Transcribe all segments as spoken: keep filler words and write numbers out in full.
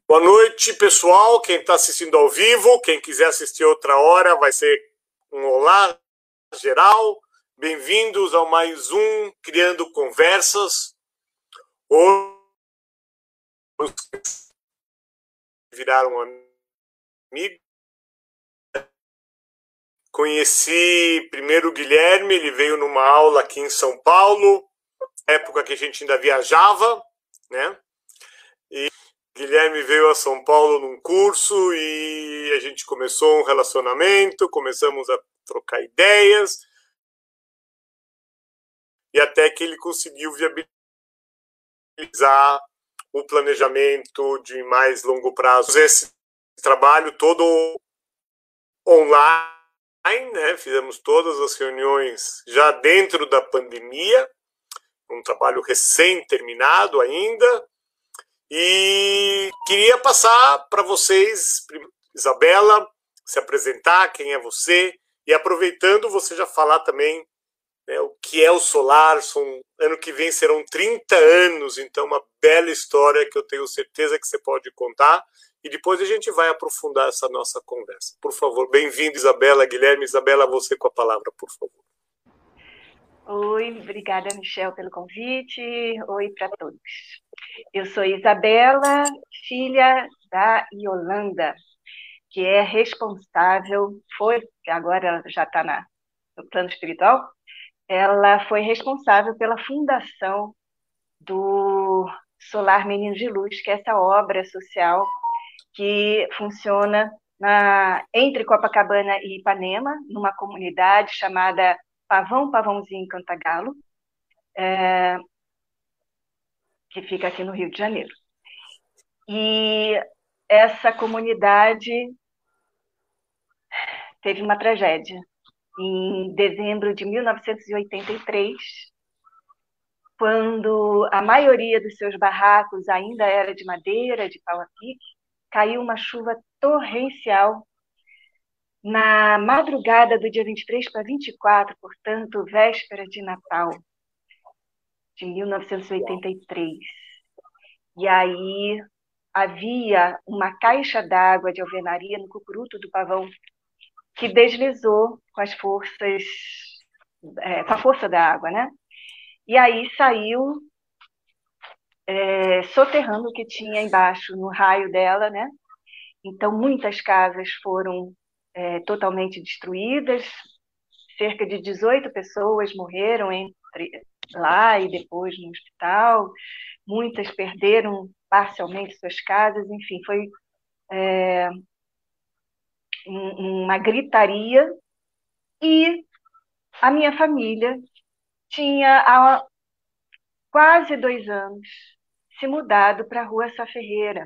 Boa noite, pessoal. Quem está assistindo ao vivo, quem quiser assistir outra hora, vai ser um olá geral. Bem-vindos a mais um Criando Conversas. Hoje viraram amigos. Conheci primeiro o Guilherme, ele veio numa aula aqui em São Paulo, época que a gente ainda viajava, né? E Guilherme veio a São Paulo num curso e a gente começou um relacionamento, começamos a trocar ideias e até que ele conseguiu viabilizar o planejamento de mais longo prazo. Esse trabalho todo online, né? Fizemos todas as reuniões já dentro da pandemia, um trabalho recém-terminado ainda. E queria passar para vocês, Isabela, se apresentar, quem é você, e aproveitando você já falar também, né, o que é o Solar. São, ano que vem serão trinta anos, então uma bela história que eu tenho certeza que você pode contar, e depois a gente vai aprofundar essa nossa conversa. Por favor, bem-vindo, Isabela, Guilherme. Isabela, você com a palavra, por favor. Oi, obrigada, Michel, pelo convite. Oi para todos. Eu sou Isabela, filha da Yolanda, que é responsável, foi, agora ela já está no plano espiritual, ela foi responsável pela fundação do Solar Meninos de Luz, que é essa obra social que funciona na, entre Copacabana e Ipanema, numa comunidade chamada Pavão Pavãozinho Cantagalo, é, que fica aqui no Rio de Janeiro. E essa comunidade teve uma tragédia. Em dezembro de mil novecentos e oitenta e três, quando a maioria dos seus barracos ainda era de madeira, de pau a pique, caiu uma chuva torrencial na madrugada do dia vinte e três para vinte e quatro, portanto, véspera de Natal, de mil novecentos e oitenta e três. E aí havia uma caixa d'água de alvenaria no cucuruto do pavão que deslizou com as forças, é, com a força da água, né? E aí saiu é, soterrando o que tinha embaixo, no raio dela, né? Então, muitas casas foram é, totalmente destruídas, cerca de dezoito pessoas morreram entre lá e depois no hospital, muitas perderam parcialmente suas casas, enfim, foi é, uma gritaria. E a minha família tinha há quase dois anos se mudado para a Rua Sá Ferreira.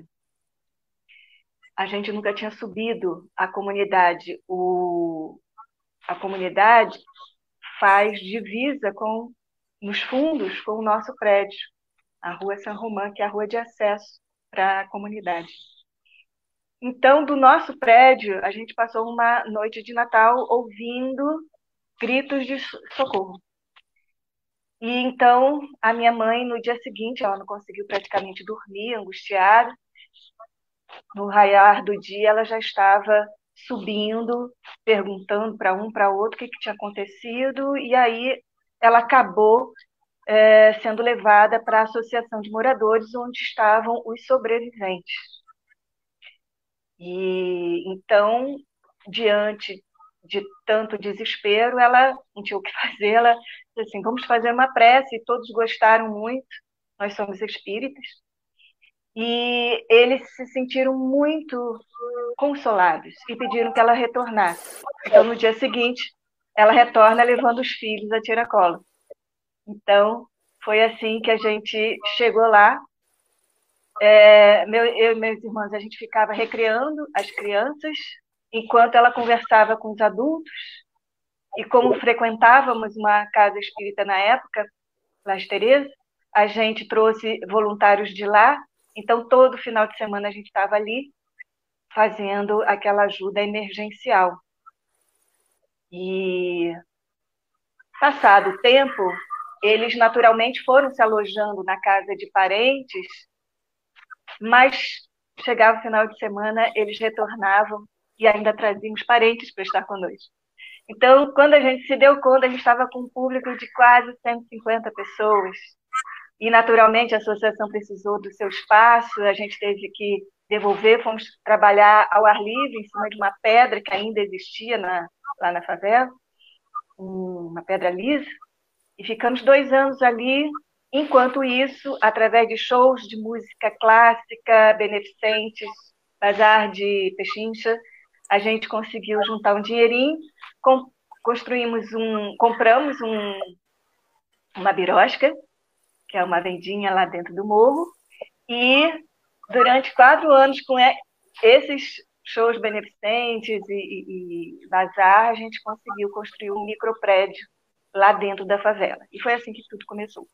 A gente nunca tinha subido a comunidade. O, a comunidade faz divisa com, nos fundos com o nosso prédio, a Rua São Romão, que é a rua de acesso para a comunidade. Então, do nosso prédio, a gente passou uma noite de Natal ouvindo gritos de socorro. E então, a minha mãe, no dia seguinte, ela não conseguiu praticamente dormir, angustiada. No raiar do dia, ela já estava subindo, perguntando para um, para outro o que, que tinha acontecido, e aí ela acabou é, sendo levada para a associação de moradores, onde estavam os sobreviventes. E então, diante de tanto desespero, ela não tinha o que fazer, ela disse assim, vamos fazer uma prece, e todos gostaram muito, nós somos espíritas, e eles se sentiram muito consolados e pediram que ela retornasse. Então, no dia seguinte, ela retorna levando os filhos a tiracolo. Então, foi assim que a gente chegou lá. É, meu, eu e meus irmãos, a gente ficava recreando as crianças, enquanto ela conversava com os adultos. E como frequentávamos uma casa espírita na época, Las Teresa, a gente trouxe voluntários de lá. Então, todo final de semana a gente estava ali, fazendo aquela ajuda emergencial. E, passado o tempo, eles naturalmente foram se alojando na casa de parentes, mas chegava o final de semana, eles retornavam e ainda traziam os parentes para estar conosco. Então, quando a gente se deu conta, a gente estava com um público de quase cento e cinquenta pessoas. E, naturalmente, a associação precisou do seu espaço, a gente teve que devolver, fomos trabalhar ao ar livre, em cima de uma pedra que ainda existia na, lá na favela, uma pedra lisa, e ficamos dois anos ali. Enquanto isso, através de shows de música clássica, beneficentes, bazar de pechincha, a gente conseguiu juntar um dinheirinho, com, construímos um, compramos um, uma birosca, que é uma vendinha lá dentro do morro, e durante quatro anos com esses shows beneficentes e, e, e bazar, a gente conseguiu construir um microprédio lá dentro da favela. E foi assim que tudo começou.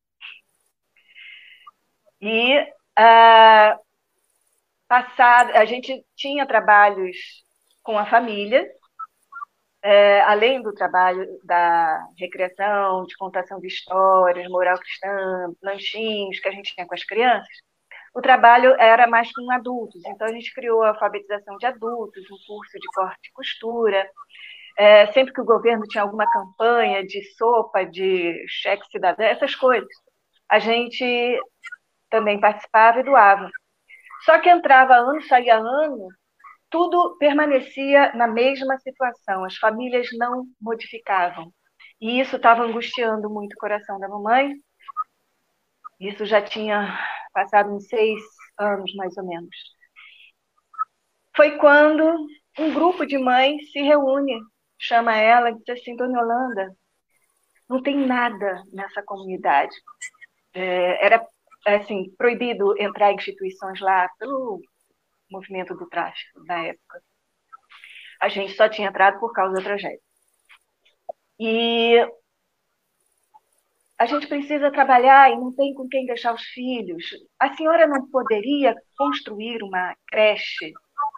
E uh, passado, a gente tinha trabalhos com a família, é, além do trabalho da recreação, de contação de histórias, moral cristã, lanchinhos que a gente tinha com as crianças, o trabalho era mais com adultos. Então, a gente criou a alfabetização de adultos, um curso de corte e costura. É, sempre que o governo tinha alguma campanha de sopa, de cheque cidadão, essas coisas, a gente também participava e doava. Só que entrava ano, saía ano, tudo permanecia na mesma situação, as famílias não modificavam. E isso estava angustiando muito o coração da mamãe. Isso já tinha passado uns seis anos, mais ou menos. Foi quando um grupo de mães se reúne, chama ela e diz assim: Dona Yolanda, não tem nada nessa comunidade. É, era assim, proibido entrar em instituições lá pelo movimento do tráfico na época. A gente só tinha entrado por causa da tragédia. E a gente precisa trabalhar e não tem com quem deixar os filhos. A senhora não poderia construir uma creche?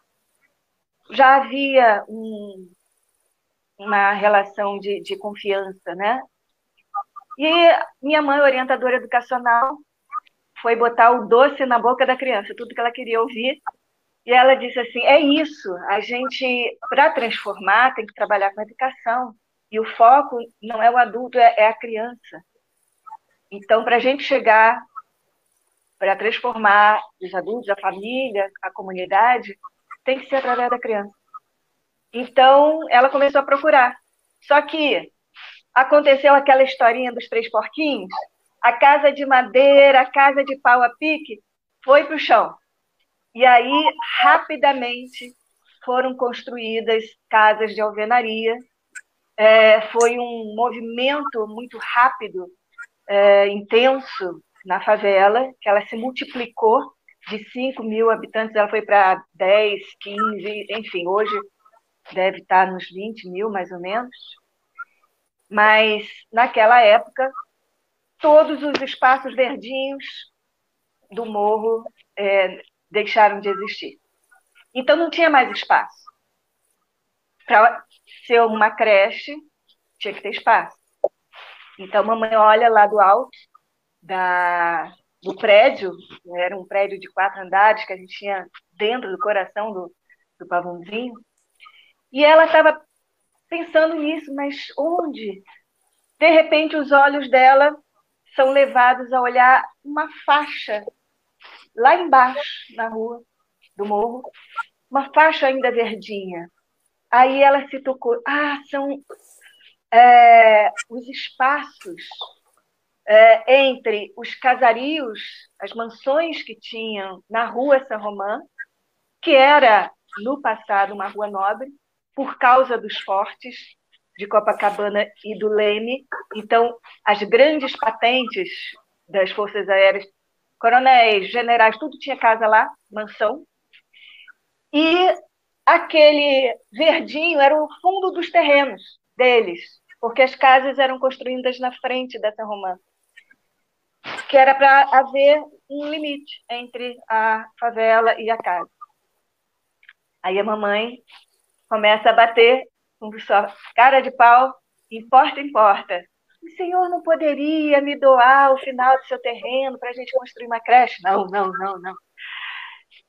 Já havia um, uma relação de, de confiança, né? E minha mãe, orientadora educacional, foi botar o doce na boca da criança, tudo que ela queria ouvir. E ela disse assim: é isso, a gente, para transformar, tem que trabalhar com a educação. E o foco não é o adulto, é, é a criança. Então, para a gente chegar, para transformar os adultos, a família, a comunidade, tem que ser através da criança. Então, ela começou a procurar. Só que aconteceu aquela historinha dos três porquinhos, a casa de madeira, a casa de pau a pique, foi para o chão. E aí, rapidamente, foram construídas casas de alvenaria. É, foi um movimento muito rápido, é, intenso na favela, que ela se multiplicou de cinco mil habitantes, ela foi para dez, quinze, enfim, hoje deve estar nos vinte mil, mais ou menos. Mas, naquela época, todos os espaços verdinhos do morro é, deixaram de existir. Então, não tinha mais espaço. Para ser uma creche, tinha que ter espaço. Então, a mamãe olha lá do alto da, do prédio, era um prédio de quatro andares que a gente tinha dentro do coração do, do Pavãozinho, e ela estava pensando nisso, mas onde? De repente, os olhos dela são levados a olhar uma faixa lá embaixo, na rua do morro, uma faixa ainda verdinha. Aí ela se tocou. Ah, são é, os espaços é, entre os casarios, as mansões que tinham na rua São Romão, que era, no passado, uma rua nobre, por causa dos fortes de Copacabana e do Leme. Então, as grandes patentes das Forças Aéreas, coronéis, generais, tudo tinha casa lá, mansão. E aquele verdinho era o fundo dos terrenos deles, porque as casas eram construídas na frente da São Romão, que era para haver um limite entre a favela e a casa. Aí a mamãe começa a bater com sua cara de pau, em porta em porta. O senhor não poderia me doar o final do seu terreno para a gente construir uma creche? Não, não, não, não.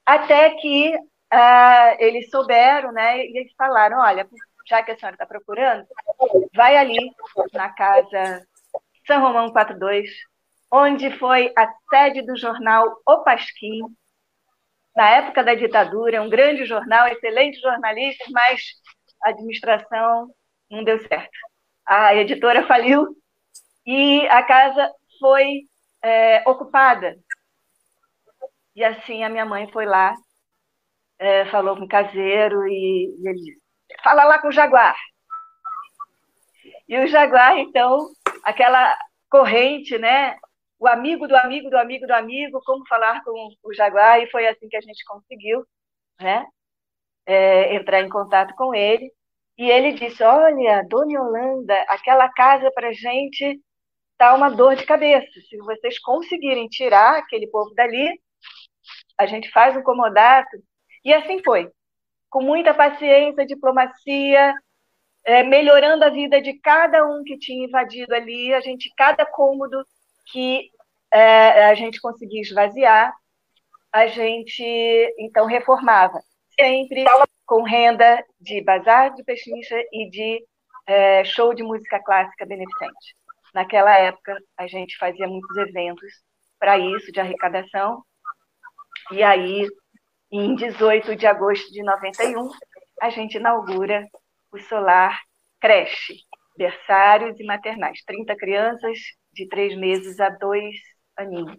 Até que uh, eles souberam, né, e eles falaram, olha, já que a senhora está procurando, vai ali na casa São Romão quarenta e dois, onde foi a sede do jornal O Pasquim, na época da ditadura, um grande jornal, excelentes jornalistas, mas a administração não deu certo. A editora faliu e a casa foi é, ocupada. E assim a minha mãe foi lá, é, falou com o caseiro e, e ele disse, fala lá com o Jaguar. E o Jaguar, então, aquela corrente, né? O amigo do amigo do amigo do amigo, como falar com o Jaguar, e foi assim que a gente conseguiu, né? É, entrar em contato com ele. E ele disse, olha, Dona Yolanda, aquela casa para a gente tá uma dor de cabeça. Se vocês conseguirem tirar aquele povo dali, a gente faz um comodato. E assim foi. Com muita paciência, diplomacia, é, melhorando a vida de cada um que tinha invadido ali, a gente, cada cômodo que é, a gente conseguia esvaziar, a gente, então, reformava. Sempre com renda de bazar de pechincha e de é, show de música clássica beneficente. Naquela época, a gente fazia muitos eventos para isso, de arrecadação. E aí, em dezoito de agosto de noventa e um, a gente inaugura o Solar Creche, berçários e maternais. trinta crianças de três meses a dois aninhos.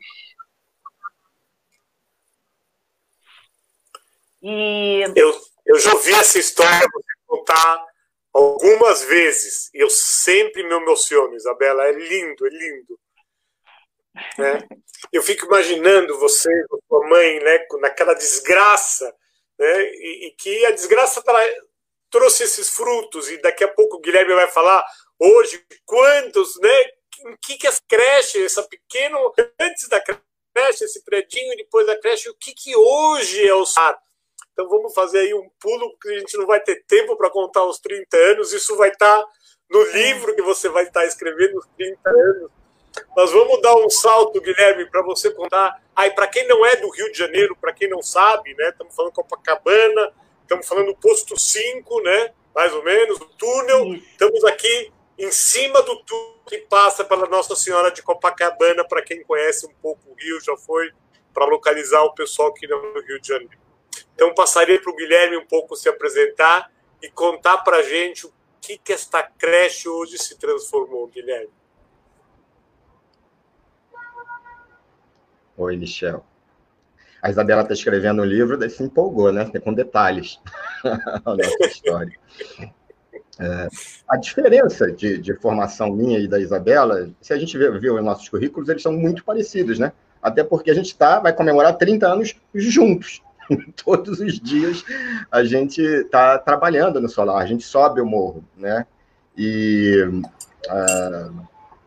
E... Eu, eu já ouvi essa história você contar algumas vezes. Eu sempre me emociono, Isabela. É lindo, é lindo. Né? Eu fico imaginando você, sua mãe, né, naquela desgraça, né, e, e que a desgraça tra trouxe esses frutos, e daqui a pouco o Guilherme vai falar hoje quantos, né, em que, que as creches, essa pequeno, antes da creche, esse predinho, e depois da creche, o que, que hoje é o Solar. Então vamos fazer aí um pulo, porque a gente não vai ter tempo para contar os trinta anos, isso vai estar no livro que você vai estar escrevendo os trinta anos. Nós vamos dar um salto, Guilherme, para você contar. Aí, para quem não é do Rio de Janeiro, para quem não sabe, né? Estamos falando Copacabana, estamos falando Posto cinco, né? Mais ou menos, o túnel. Estamos aqui em cima do túnel que passa pela Nossa Senhora de Copacabana, para quem conhece um pouco o Rio, já foi para localizar o pessoal que não é do Rio de Janeiro. Então, passaria para o Guilherme um pouco se apresentar e contar para a gente o que, que esta creche hoje se transformou, Guilherme. Oi, Michel. A Isabela está escrevendo um livro, daí se empolgou, né? Com detalhes a nossa história. É, a diferença de, de formação minha e da Isabela, se a gente vê, vê os nossos currículos, eles são muito parecidos, né? Até porque a gente tá, vai comemorar trinta anos juntos. Todos os dias a gente está trabalhando no Solar, a gente sobe o morro, né? E uh,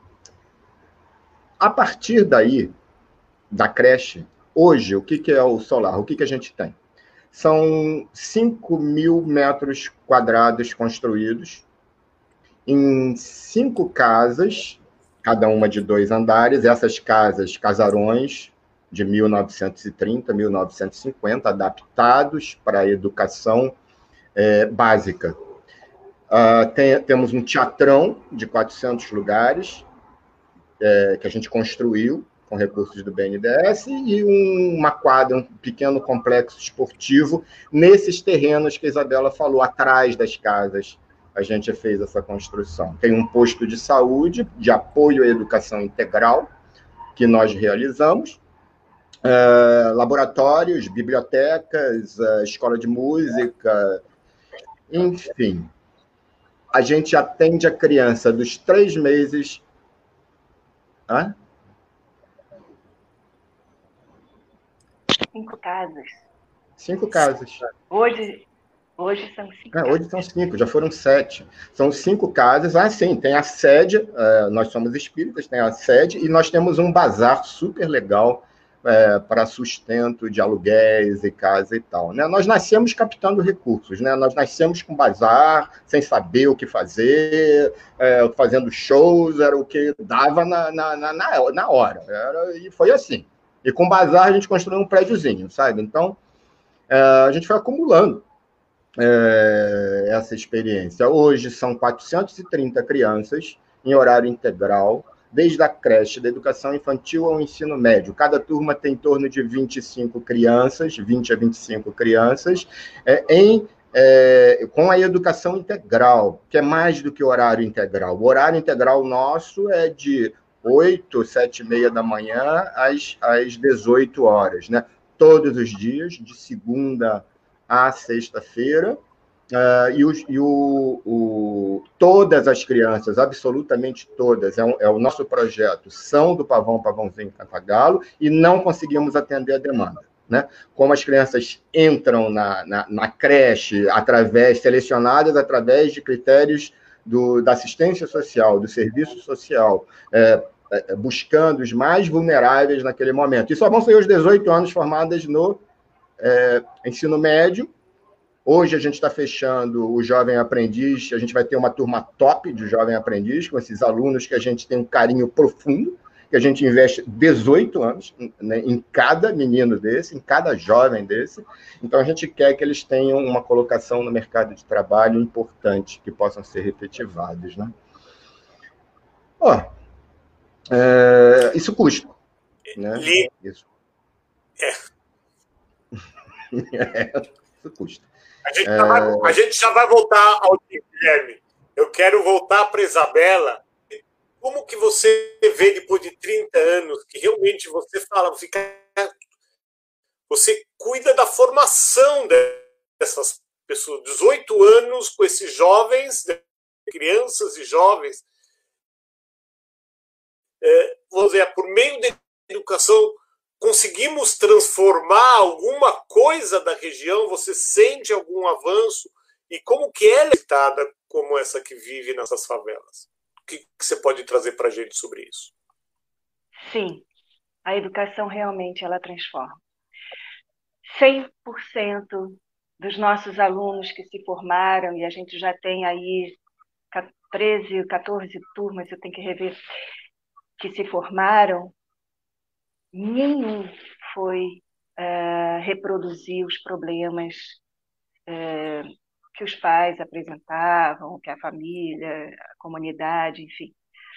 a partir daí, da creche, hoje, o que, que é o Solar? O que, que a gente tem? São cinco mil metros quadrados construídos em cinco casas, cada uma de dois andares. Essas casas, casarões de mil novecentos e trinta, mil novecentos e cinquenta, adaptados para a educação é, básica. Uh, tem, temos um teatrão de quatrocentos lugares, é, que a gente construiu, com recursos do B N D E S, e um, uma quadra, um pequeno complexo esportivo, nesses terrenos que a Isabela falou, atrás das casas, a gente fez essa construção. Tem um posto de saúde, de apoio à educação integral, que nós realizamos, uh, laboratórios, bibliotecas, uh, escola de música, enfim. A gente atende a criança dos três meses... Hã? Cinco casas. Cinco casas. Hoje, hoje são cinco. É, hoje são cinco, já foram sete. São cinco casas. Ah, sim, tem a sede, uh, nós somos espíritas, tem a sede, e nós temos um bazar super legal uh, para sustento de aluguéis e casa e tal. Né? Nós nascemos captando recursos, né? Nós nascemos com bazar, sem saber o que fazer, uh, fazendo shows, era o que dava na, na, na, na hora. Era, e foi assim. E com bazar a gente construiu um prédiozinho, sabe? Então, a gente foi acumulando é, essa experiência. Hoje são quatrocentas e trinta crianças em horário integral, desde a creche, da educação infantil ao ensino médio. Cada turma tem em torno de vinte e cinco crianças, vinte a vinte e cinco crianças, é, em, é, com a educação integral, que é mais do que horário integral. O horário integral nosso é de oito, sete e meia da manhã às, às dezoito horas, né? Todos os dias, de segunda a sexta-feira. Uh, e, os, e o, o, todas as crianças, absolutamente todas, é, um, é o nosso projeto, são do Pavão Pavãozinho Cantagalo, e não conseguimos atender a demanda. Né? Como as crianças entram na, na, na creche, através, selecionadas através de critérios do, da assistência social, do serviço social, é, é, buscando os mais vulneráveis naquele momento. E só vão ser os dezoito anos formadas no é, ensino médio. Hoje a gente está fechando o Jovem Aprendiz, a gente vai ter uma turma top de Jovem Aprendiz, com esses alunos que a gente tem um carinho profundo, que a gente investe dezoito anos, né, em cada menino desse, em cada jovem desse. Então a gente quer que eles tenham uma colocação no mercado de trabalho importante, que possam ser efetivados. Né? Ó, é, isso custa. Né? Li... Isso. É. É, isso custa. A gente, é... vai, a gente já vai voltar ao Guilherme. Eu quero voltar para a Isabela. Como que você vê, depois de trinta anos, que realmente você fala, fica, você cuida da formação dessas pessoas, dezoito anos com esses jovens, crianças e jovens, é, vamos dizer, por meio da educação, conseguimos transformar alguma coisa da região? Você sente algum avanço? E como que ela é tratada como essa que vive nessas favelas? O que você pode trazer para a gente sobre isso? Sim, a educação realmente ela transforma. cem por cento dos nossos alunos que se formaram, e a gente já tem aí treze, quatorze turmas, eu tenho que rever, que se formaram, nenhum foi uh, reproduzir os problemas uh, que os pais apresentavam, que a família, a comunidade, enfim.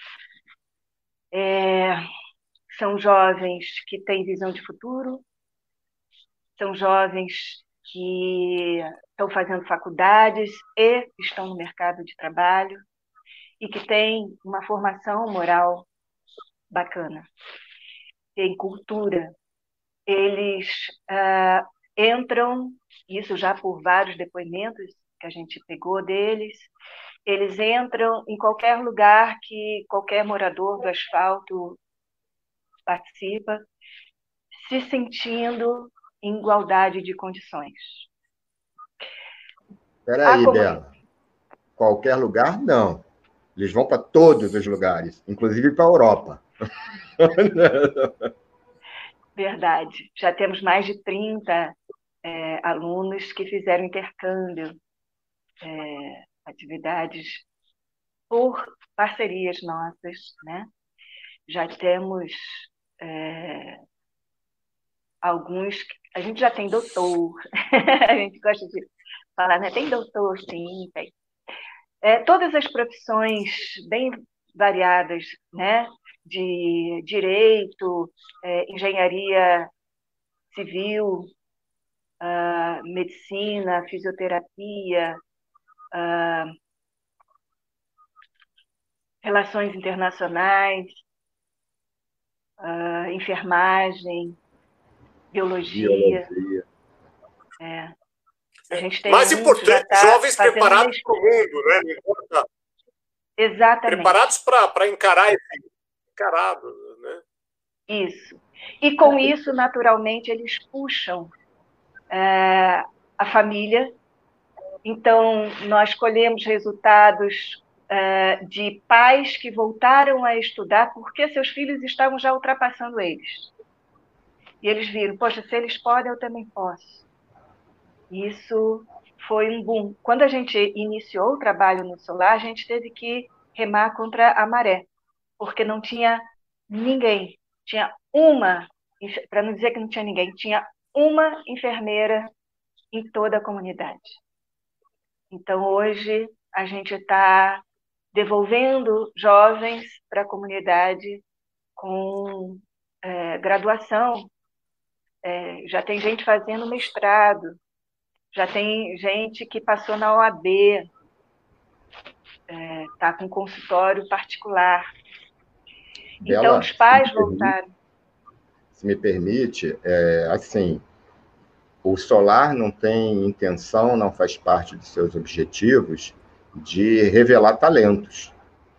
É, são jovens que têm visão de futuro, são jovens que estão fazendo faculdades e estão no mercado de trabalho e que têm uma formação moral bacana, tem cultura. Eles uh, entram, isso já por vários depoimentos que a gente pegou deles, eles entram em qualquer lugar que qualquer morador do asfalto participa, se sentindo em igualdade de condições. Espera aí, comun... Bela. Qualquer lugar, não. Eles vão para todos os lugares, inclusive para a Europa. Verdade. Já temos mais de trinta é, alunos que fizeram intercâmbio, é, atividades por parcerias nossas, né? Já temos é, alguns... A gente já tem doutor, a gente gosta de falar, né? Tem doutor, sim, tem. É, todas as profissões bem variadas, né? De direito, é, engenharia civil, uh, medicina, fisioterapia, uh, relações internacionais, uh, enfermagem, biologia. biologia. É. A gente tem mais um importante, tá jovens preparados para o mundo, né? Exatamente. Preparados para encarar esse encarado, né? Isso. E com isso, naturalmente, eles puxam é, a família. Então, nós colhemos resultados é, de pais que voltaram a estudar porque seus filhos estavam já ultrapassando eles. E eles viram, poxa, se eles podem, eu também posso. Isso foi um boom. Quando a gente iniciou o trabalho no Solar, a gente teve que remar contra a maré, porque não tinha ninguém. Tinha uma, para não dizer que não tinha ninguém, tinha uma enfermeira em toda a comunidade. Então, hoje, a gente está devolvendo jovens para a comunidade com é, graduação. É, já tem gente fazendo mestrado, já tem gente que passou na O A B, está é, com consultório particular. Bela, então, os pais se voltaram. Se me permite, é, assim, o Solar não tem intenção, não faz parte dos seus objetivos de revelar talentos.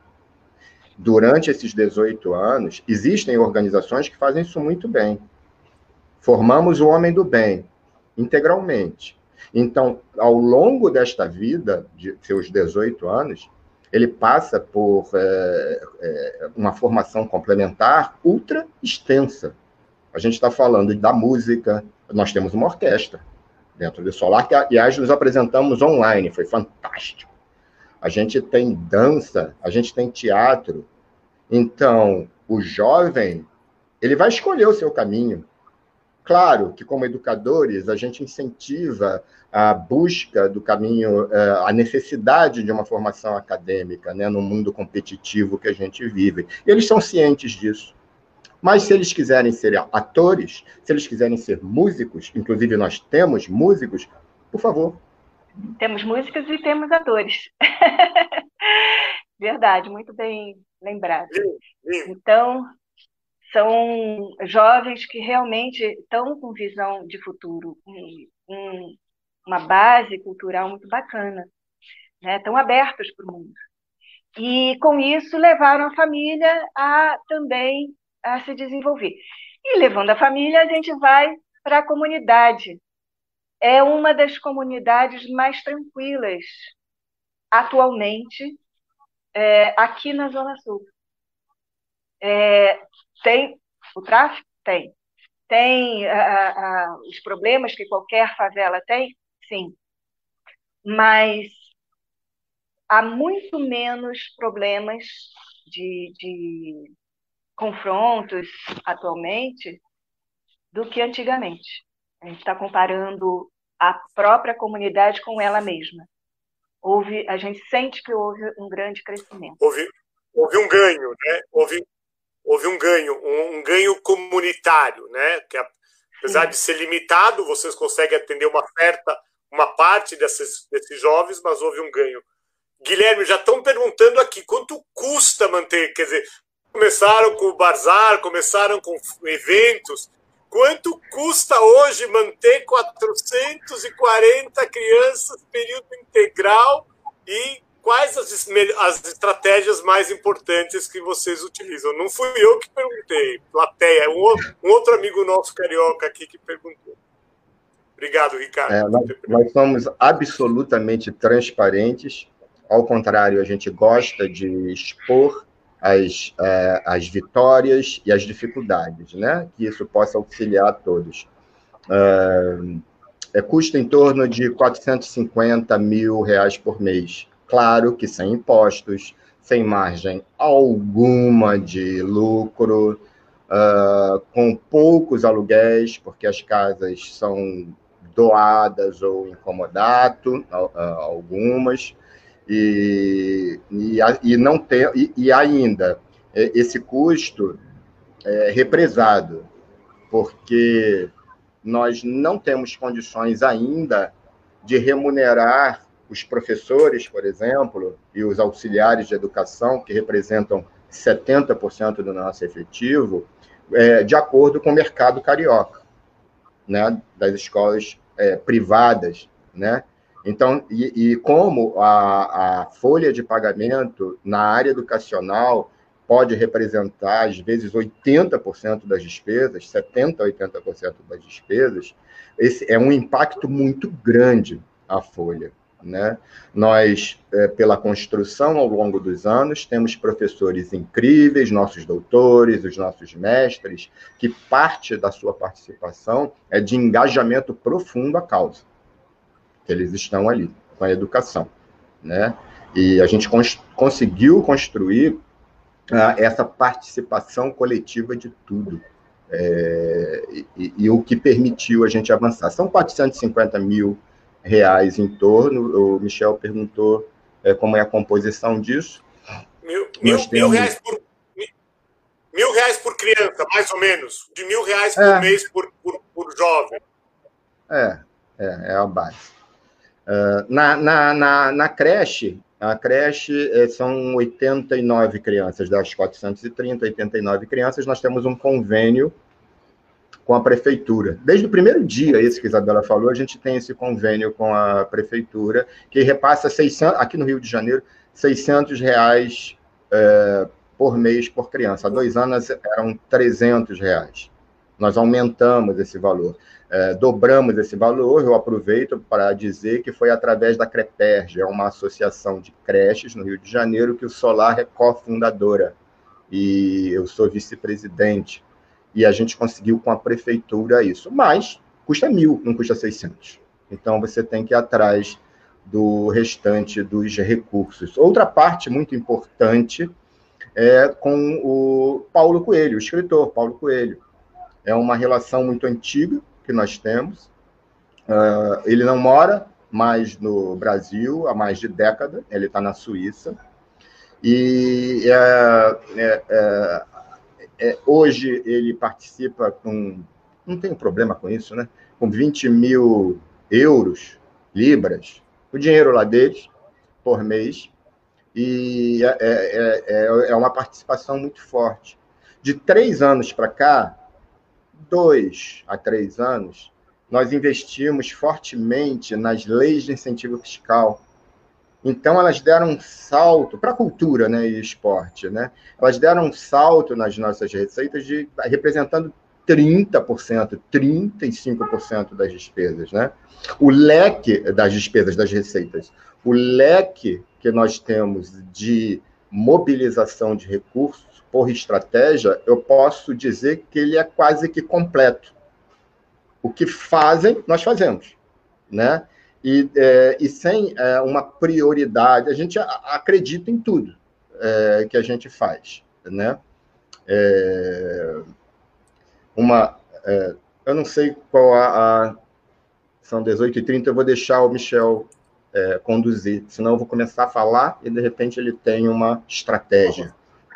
Durante esses dezoito anos, existem organizações que fazem isso muito bem. Formamos o homem do bem, integralmente. Então, ao longo desta vida, de seus dezoito anos, ele passa por é, é, uma formação complementar ultra extensa. A gente está falando da música, nós temos uma orquestra dentro do Solar, que, aliás, nos apresentamos online, foi fantástico. A gente tem dança, a gente tem teatro. Então, o jovem, ele vai escolher o seu caminho. Claro que, como educadores, a gente incentiva a busca do caminho, a necessidade de uma formação acadêmica, né, no mundo competitivo que a gente vive. E eles são cientes disso. Mas se eles quiserem ser atores, se eles quiserem ser músicos, inclusive nós temos músicos, por favor. Temos músicos e temos atores. Verdade, muito bem lembrado. Então, são jovens que realmente estão com visão de futuro, com uma base cultural muito bacana, né? Estão abertos para o mundo. E, com isso, levaram a família a também a se desenvolver. E, levando a família, a gente vai para a comunidade. É uma das comunidades mais tranquilas, atualmente, é, aqui na Zona Sul. É, tem o tráfico? Tem. Tem a, a, os problemas que qualquer favela tem? Sim. Mas há muito menos problemas de, de confrontos atualmente do que antigamente. A gente está comparando a própria comunidade com ela mesma. Houve, a gente sente que houve um grande crescimento. Houve, houve um ganho, né? Houve, houve um ganho, um, um ganho comunitário, né? Que apesar Sim. de ser limitado, vocês conseguem atender uma certa, uma parte desses, desses jovens, mas houve um ganho. Guilherme, já estão perguntando aqui, quanto custa manter, quer dizer, começaram com o Bazar, começaram com eventos, quanto custa hoje manter quatrocentas e quarenta crianças período integral e quais as, as estratégias mais importantes que vocês utilizam? Não fui eu que perguntei, plateia, um, um outro amigo nosso carioca aqui que perguntou. Obrigado, Ricardo. É, nós, nós somos absolutamente transparentes, ao contrário, a gente gosta de expor as, é, as vitórias e as dificuldades, né? Que isso possa auxiliar a todos. É, é, custa em torno de quatrocentos e cinquenta mil reais por mês. Claro que sem impostos, sem margem alguma de lucro, uh, com poucos aluguéis, porque as casas são doadas ou em comodato, uh, algumas, e, e, e, não tem, e, e ainda esse custo é represado, porque nós não temos condições ainda de remunerar os professores, por exemplo, e os auxiliares de educação, que representam setenta por cento do nosso efetivo, é, de acordo com o mercado carioca, né, das escolas é, privadas, né? Então, e, e como a, a folha de pagamento na área educacional pode representar, às vezes, oitenta por cento das despesas, setenta por cento, oitenta por cento das despesas, esse é um impacto muito grande a folha, né? Nós, é, pela construção ao longo dos anos, temos professores incríveis, nossos doutores, os nossos mestres, que parte da sua participação é de engajamento profundo à causa. Eles estão ali com a educação, né? E a gente cons- conseguiu construir uh, essa participação coletiva de tudo, é, e, e o que permitiu a gente avançar. São quatrocentos e cinquenta mil reais em torno. O Michel perguntou é, como é a composição disso. Mil, mil, temos... mil, reais por, mil, mil reais por criança, mais ou menos. De mil reais por é. mês por, por, por jovem. É, é, é a base. Uh, na, na, na, na creche, a creche é, são oitenta e nove crianças, das quatrocentas e trinta, oitenta e nove crianças. Nós temos um convênio com a prefeitura. Desde o primeiro dia, esse que a Isabela falou, a gente tem esse convênio com a prefeitura, que repassa seiscentos, aqui no Rio de Janeiro, seiscentos reais é, por mês por criança. Há dois anos eram trezentos reais. Nós aumentamos esse valor. É, dobramos esse valor. Eu aproveito para dizer que foi através da CREPERJ, é uma associação de creches no Rio de Janeiro, que o Solar é cofundadora, e eu sou vice-presidente, e a gente conseguiu com a prefeitura isso. Mas custa mil, não custa seiscentos. Então, você tem que ir atrás do restante dos recursos. Outra parte muito importante é com o Paulo Coelho, o escritor Paulo Coelho. É uma relação muito antiga que nós temos. Uh, ele não mora mais no Brasil há mais de década, ele está na Suíça. E é, é, é, é, hoje ele participa com... Não tem problema com isso, né? Com vinte mil euros, libras, o dinheiro lá deles, por mês. E é, é, é, é uma participação muito forte. De três anos para cá, dois a três anos, nós investimos fortemente nas leis de incentivo fiscal. Então, elas deram um salto para a cultura, né, e esporte, né? Elas deram um salto nas nossas receitas, de, representando trinta por cento, trinta e cinco por cento das despesas, né? O leque das despesas, das receitas, o leque que nós temos de mobilização de recursos por estratégia, eu posso dizer que ele é quase que completo. O que fazem, nós fazemos, né? E, é, e sem é, uma prioridade, a gente acredita em tudo é, que a gente faz, né? É, uma, é, eu não sei qual a, a... São dezoito e trinta, eu vou deixar o Michel é, conduzir, senão eu vou começar a falar e, de repente, ele tem uma estratégia.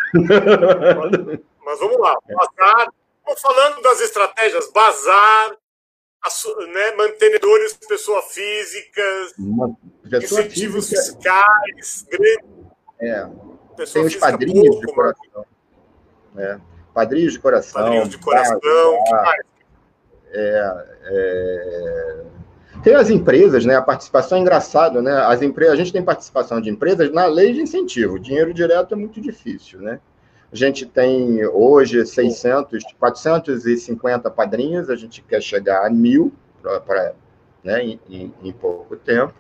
Mas vamos lá. Bazar, falando das estratégias, bazar, né, mantenedores, pessoas físicas, pessoa incentivos física, fiscais, grande, é, pessoa tem os padrinhos pouco, de coração. É, padrinhos de coração. Padrinhos de coração, bazar, que mais? É, é... Tem as empresas, né? A participação é engraçado, né? As empresas, a gente tem participação de empresas na lei de incentivo. O dinheiro direto é muito difícil, né? A gente tem hoje seiscentos, quatrocentos e cinquenta padrinhos, a gente quer chegar a mil, pra, né? em, em, em pouco tempo.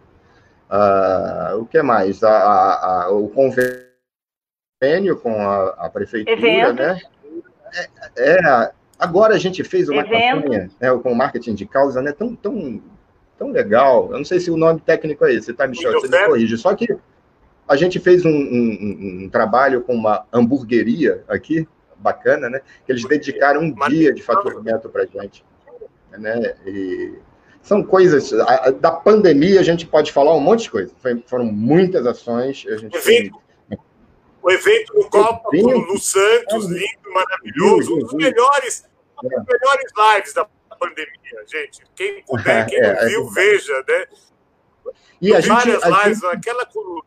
Uh, o que mais? A, a, a, o convênio com a, a prefeitura, Eventos. né? É, é, agora a gente fez uma Eventos. campanha, né, com o marketing de causa, né? Tão, tão tão legal, eu não sei se o nome técnico é esse, tá, Michel? Você me corrige. Só que a gente fez um, um, um, um trabalho com uma hamburgueria aqui, bacana, né? Que eles dedicaram um dia de faturamento para a gente. Né? E são coisas... A, da pandemia a gente pode falar um monte de coisa. Foi, foram muitas ações. A gente evento, tem... O evento no Copa, no Santos, lindo, maravilhoso, um dos melhores, um dos melhores lives da pandemia, gente. Quem puder, quem é, não viu, é veja, né? E a gente, várias a lives, gente... aquela com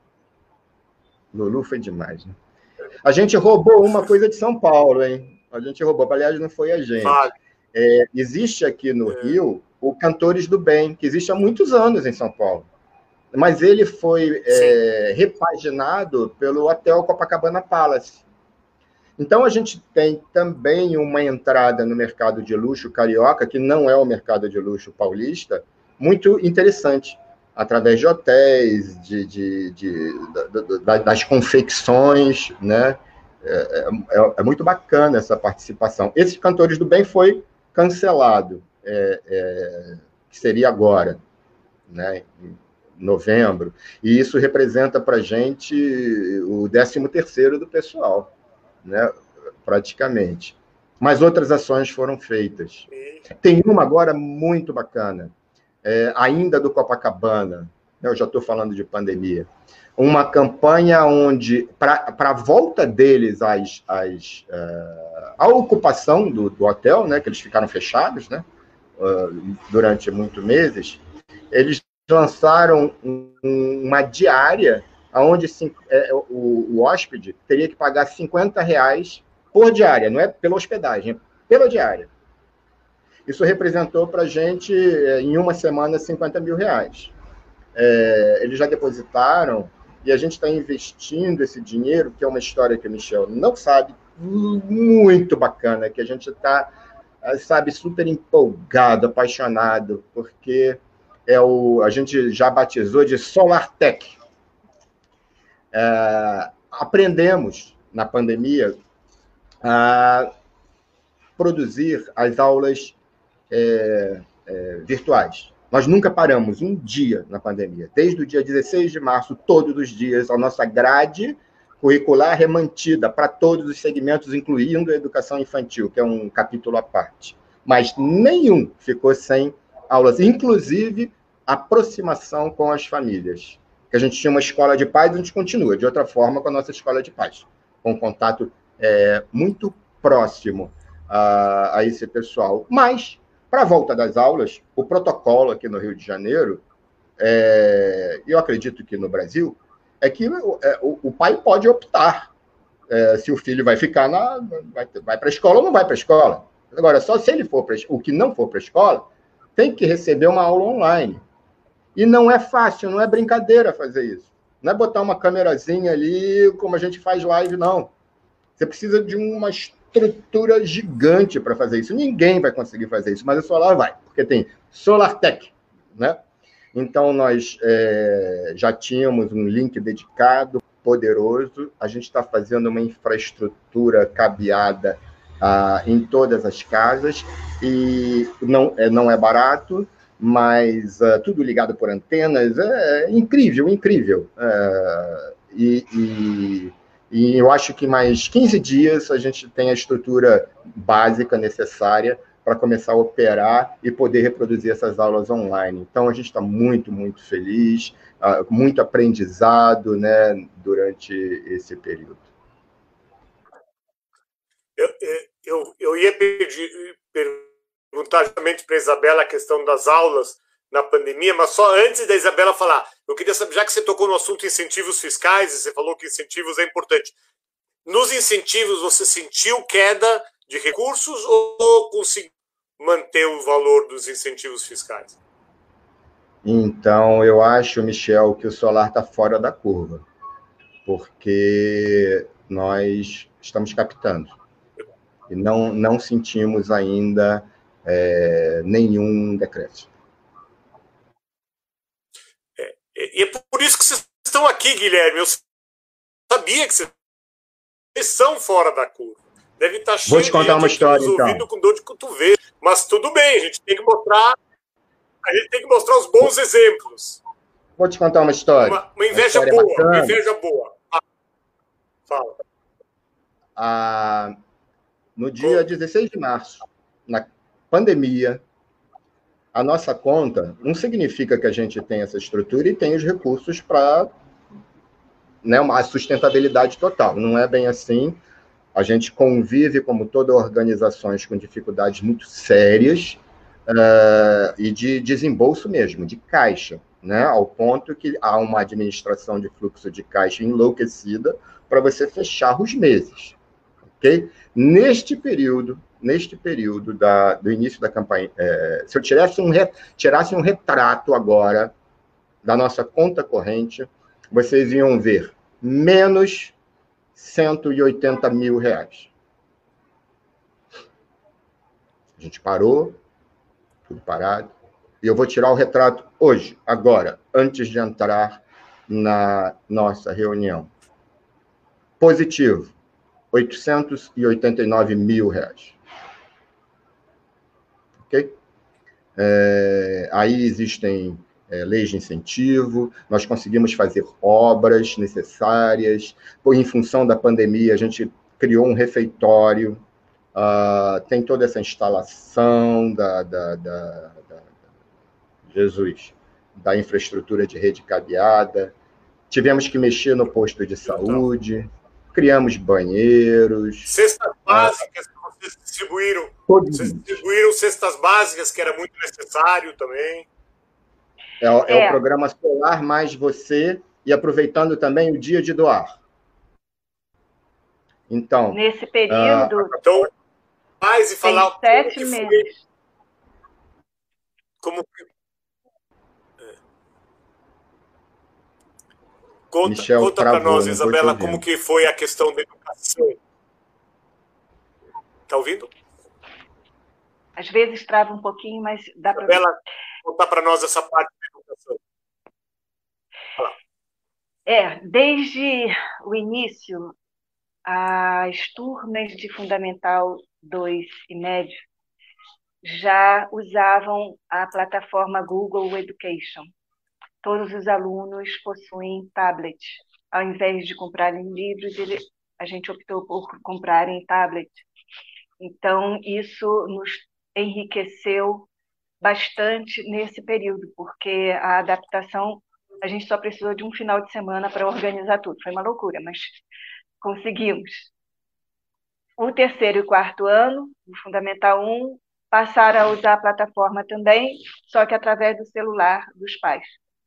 Lulu foi demais, né? A gente roubou uma coisa de São Paulo, hein? A gente roubou, aliás, não foi a gente. Vale. É, existe aqui no é. Rio o Cantores do Bem, que existe há muitos anos em São Paulo. Mas ele foi é, repaginado pelo Hotel Copacabana Palace. Então, a gente tem também uma entrada no mercado de luxo carioca, que não é o mercado de luxo paulista, muito interessante, através de hotéis, de, de, de, de, de das confecções, né? É, é, é muito bacana essa participação. Esses Cantores do Bem foi cancelado, é, é, que seria agora, né? Em novembro, e isso representa para a gente o décimo terceiro do pessoal, né, praticamente. Mas outras ações foram feitas. Tem uma agora muito bacana. é, ainda do Copacabana, eu já estou falando de pandemia, uma campanha onde, para a volta deles às, às, uh, à ocupação do, do hotel, né, que eles ficaram fechados, né, uh, durante muitos meses, eles lançaram um, uma diária onde é, o, o hóspede teria que pagar cinquenta reais por diária, não é pela hospedagem, é pela diária. Isso representou para a gente, em uma semana, cinquenta mil reais. É, eles já depositaram e a gente está investindo esse dinheiro, que é uma história que o Michel não sabe, muito bacana, que a gente está, sabe, super empolgado, apaixonado, porque é o, a gente já batizou de SolarTech. É, aprendemos, na pandemia, a produzir as aulas é, é, virtuais. Nós nunca paramos um dia na pandemia. Desde o dia dezesseis de março, todos os dias, a nossa grade curricular é mantida para todos os segmentos, incluindo a educação infantil, que é um capítulo à parte. Mas nenhum ficou sem aulas, inclusive aproximação com as famílias. Que a gente tinha uma escola de pais, a gente continua, de outra forma, com a nossa escola de pais, com contato é, muito próximo a, a esse pessoal. Mas, para a volta das aulas, o protocolo aqui no Rio de Janeiro, é, eu acredito que no Brasil, é que é, o, o pai pode optar é, se o filho vai ficar na, vai, vai para a escola ou não vai para a escola. Agora, só se ele for para o que não for para a escola, tem que receber uma aula online. E não é fácil, não é brincadeira fazer isso. Não é botar uma câmerazinha ali, como a gente faz live, não. Você precisa de uma estrutura gigante para fazer isso. Ninguém vai conseguir fazer isso, mas a Solar vai, porque tem SolarTech, né? Então, nós é, já tínhamos um link dedicado, poderoso. A gente está fazendo uma infraestrutura cabeada ah, em todas as casas, e não é, não é barato, mas uh, tudo ligado por antenas, é, é incrível, incrível. É, e, e, e eu acho que mais quinze dias a gente tem a estrutura básica necessária para começar a operar e poder reproduzir essas aulas online. Então, a gente está muito, muito feliz, uh, muito aprendizado, né, durante esse período. Eu, eu, eu ia pedir... perguntar justamente para a Isabela a questão das aulas na pandemia, mas só antes da Isabela falar, eu queria saber, já que você tocou no assunto incentivos fiscais, e você falou que incentivos é importante, nos incentivos você sentiu queda de recursos ou conseguiu manter o valor dos incentivos fiscais? Então, eu acho, Michel, que o Solar está fora da curva, porque nós estamos captando e não, não sentimos ainda É, nenhum decreto. É, e é por isso que vocês estão aqui, Guilherme. Eu sabia que vocês são fora da curva. Deve estar cheio Vou te contar uma história, nos ouvindo então. com dor de cotovelo. Mas tudo bem, a gente tem que mostrar, a gente tem que mostrar os bons exemplos. Vou te contar uma história. Uma, uma inveja uma boa, bacana. uma inveja boa. Ah, fala. Ah, no dia Como? dezesseis de março, na pandemia, a nossa conta não significa que a gente tem essa estrutura e tem os recursos para, né, uma sustentabilidade total. Não é bem assim. A gente convive, como todas as organizações, com dificuldades muito sérias uh, e de desembolso mesmo, de caixa, né, ao ponto que há uma administração de fluxo de caixa enlouquecida para você fechar os meses. Okay? Neste período, neste período da, do início da campanha, é, se eu tirasse um, re, tirasse um retrato agora da nossa conta corrente, vocês iam ver menos cento e oitenta mil reais. A gente parou, tudo parado, e eu vou tirar o retrato hoje, agora, antes de entrar na nossa reunião. Positivo, oitocentos e oitenta e nove mil reais. Okay? É, aí existem é, leis de incentivo, nós conseguimos fazer obras necessárias, em função da pandemia a gente criou um refeitório, uh, tem toda essa instalação da, da, da, da, Jesus, da infraestrutura de rede cabeada, tivemos que mexer no posto de saúde, criamos banheiros. Cestas básicas que vocês distribuíram. Vocês distribuíram cestas básicas, que era muito necessário também. É, é, é o programa Solar Mais Você, e aproveitando também o Dia de Doar. Então, nesse período, uh, então, mais e falar como sete que meses. foi, como que, é. Conta, Michel conta para travou, nós, não Isabela, como que foi a questão da educação. Tá ouvindo? Às vezes trava um pouquinho, mas dá para... Isabela, conta para nós essa parte da educação. É, desde o início, as turmas de Fundamental dois e médio já usavam a plataforma Google Education. Todos os alunos possuem tablet. Ao invés de comprarem livros, ele, a gente optou por comprarem tablet. Então, isso nos enriqueceu bastante nesse período, porque a adaptação, a gente só precisou de um final de semana para organizar tudo. Foi uma loucura, mas conseguimos. O terceiro e quarto ano, o Fundamental um, passaram a usar a plataforma também, só que através do celular dos pais.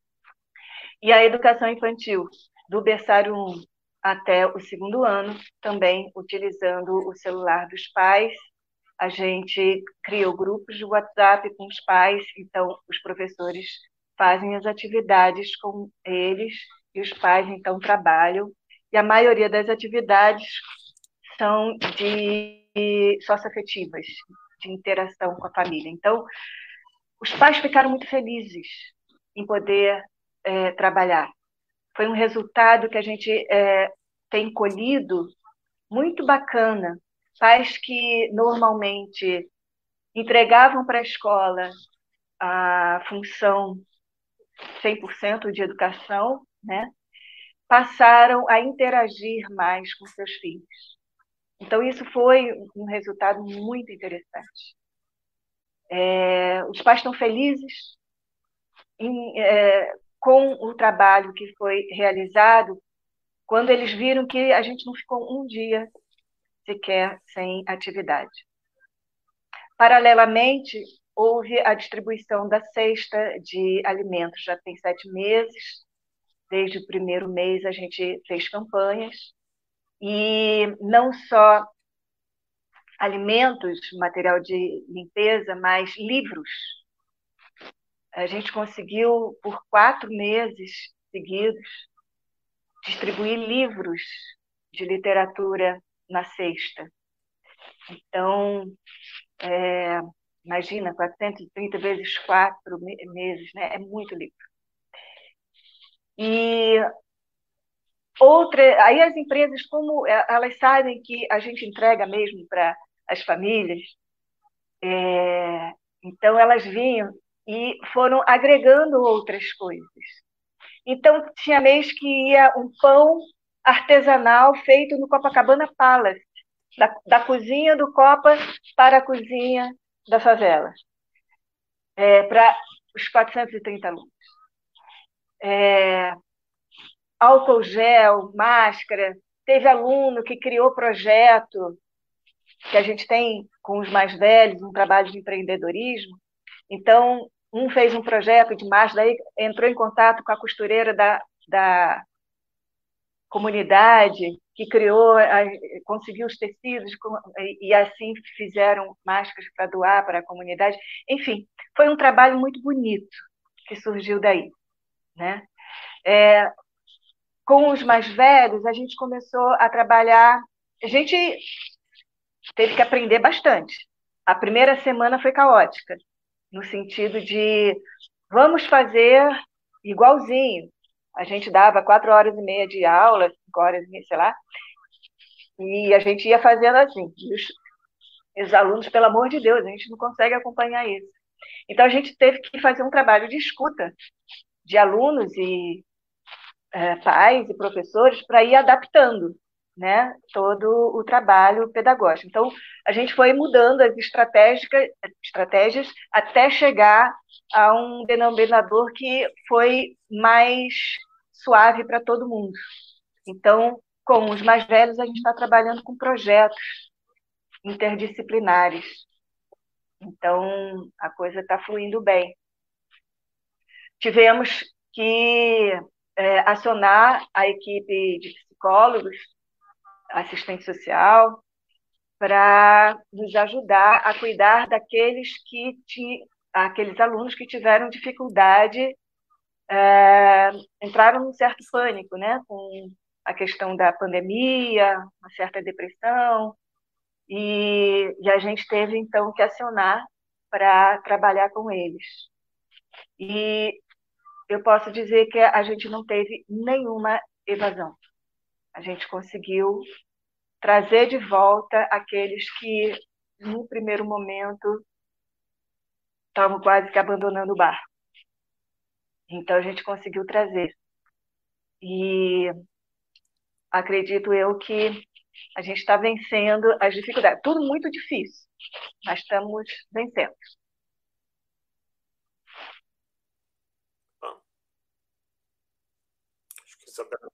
E a educação infantil, do berçário um até o segundo ano, também utilizando o celular dos pais. A gente criou grupos de WhatsApp com os pais, então os professores fazem as atividades com eles e os pais, então, trabalham. E a maioria das atividades são de socioafetivas, de interação com a família. Então, os pais ficaram muito felizes em poder é, trabalhar. Foi um resultado que a gente é, tem colhido muito bacana. Pais que normalmente entregavam para a escola a função cem por cento de educação, né, passaram a interagir mais com seus filhos. Então, isso foi um resultado muito interessante. É, os pais estão felizes em, é, com o trabalho que foi realizado, quando eles viram que a gente não ficou um dia sequer sem atividade. Paralelamente, houve a distribuição da cesta de alimentos. Já tem sete meses, desde o primeiro mês a gente fez campanhas, e não só alimentos, material de limpeza, mas livros. A gente conseguiu, por quatro meses seguidos, distribuir livros de literatura na cesta. Então, é, imagina, quatrocentos e trinta vezes quatro meses, né? É muito livro. E outra, aí as empresas, como elas sabem que a gente entrega mesmo para as famílias, é, então elas vinham e foram agregando outras coisas. Então, tinha mês que ia um pão artesanal feito no Copacabana Palace, da, da cozinha do Copa para a cozinha da favela, é, para os quatrocentos e trinta alunos. É, álcool gel, máscara. Teve aluno que criou projeto, que a gente tem com os mais velhos, um trabalho de empreendedorismo. Então, um fez um projeto de máscara, daí entrou em contato com a costureira da, da comunidade, que criou, conseguiu os tecidos, e assim fizeram máscaras para doar para a comunidade. Enfim, foi um trabalho muito bonito que surgiu daí, né? É, com os mais velhos, a gente começou a trabalhar, a gente teve que aprender bastante. A primeira semana foi caótica, no sentido de vamos fazer igualzinho. A gente dava quatro horas e meia de aula, cinco horas e meia, sei lá, e a gente ia fazendo assim. E os, os alunos, pelo amor de Deus, a gente não consegue acompanhar isso. Então, a gente teve que fazer um trabalho de escuta de alunos e é, pais e professores para ir adaptando, né, todo o trabalho pedagógico. Então, a gente foi mudando as estratégias, estratégias até chegar a um denominador que foi mais suave para todo mundo. Então, com os mais velhos, a gente está trabalhando com projetos interdisciplinares. Então, a coisa está fluindo bem. Tivemos que é, acionar a equipe de psicólogos, assistente social, para nos ajudar a cuidar daqueles que ti, aqueles alunos que tiveram dificuldade, é, entraram num certo pânico, né, com a questão da pandemia, uma certa depressão, e, e a gente teve, então, que acionar para trabalhar com eles. E eu posso dizer que a gente não teve nenhuma evasão. A gente conseguiu trazer de volta aqueles que, no primeiro momento, estavam quase que abandonando o barco. Então, a gente conseguiu trazer. E acredito eu que a gente está vencendo as dificuldades. Tudo muito difícil, mas estamos vencendo. Ah, acho que Isabela...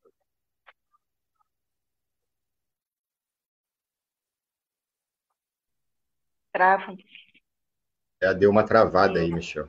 Trava. É, deu uma travada aí, Michel.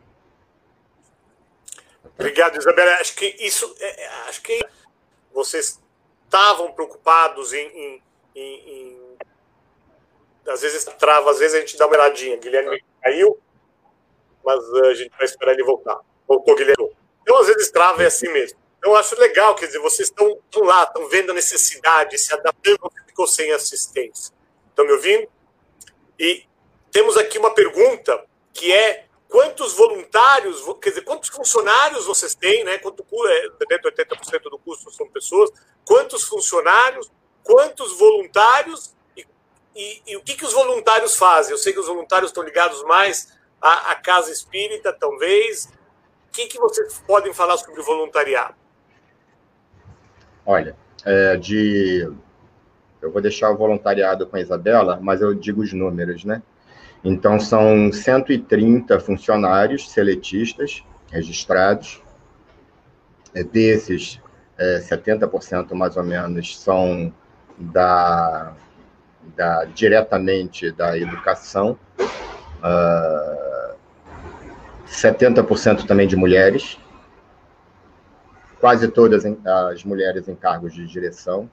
Obrigado, Isabela. Acho que isso, é, acho que vocês estavam preocupados em, em, em, em, às vezes trava, às vezes a gente dá uma olhadinha. Guilherme caiu, mas a gente vai esperar ele voltar. Voltou, Guilherme. Então, às vezes trava é assim mesmo. Então, eu acho legal, quer dizer, vocês estão lá, estão vendo a necessidade, se adaptando, ficou sem assistência. Estão me ouvindo? E temos aqui uma pergunta que é: quantos voluntários, quer dizer, quantos funcionários vocês têm, né? Quanto é, oitenta por cento do custo são pessoas, quantos funcionários, quantos voluntários e, e, e o que, que os voluntários fazem? Eu sei que os voluntários estão ligados mais à, à casa espírita, talvez. O que, que vocês podem falar sobre o voluntariado? Olha, é, de... eu vou deixar o voluntariado com a Isabela, mas eu digo os números, né? Então, são cento e trinta funcionários seletistas registrados. Desses, é, setenta por cento mais ou menos são da, da, diretamente da educação, uh, setenta por cento também de mulheres, quase todas as mulheres em cargos de direção.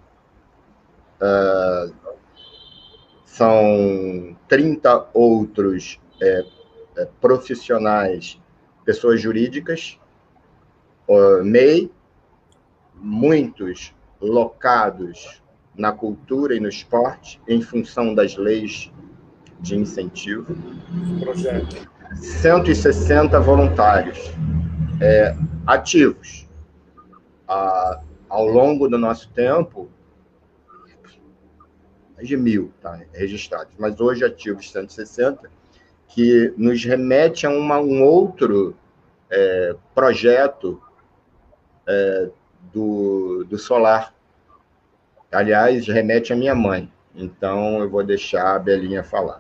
Uh, são trinta outros é, é, profissionais, pessoas jurídicas, uh, M E I, muitos locados na cultura e no esporte, em função das leis de incentivo. Projeto. cento e sessenta voluntários é, ativos. Ah, ao longo do nosso tempo, mais de mil, tá, registrados, mas hoje ativos cento e sessenta, que nos remete a uma, um outro é, projeto é, do, do solar. Aliás, remete à minha mãe. Então, eu vou deixar a Belinha falar.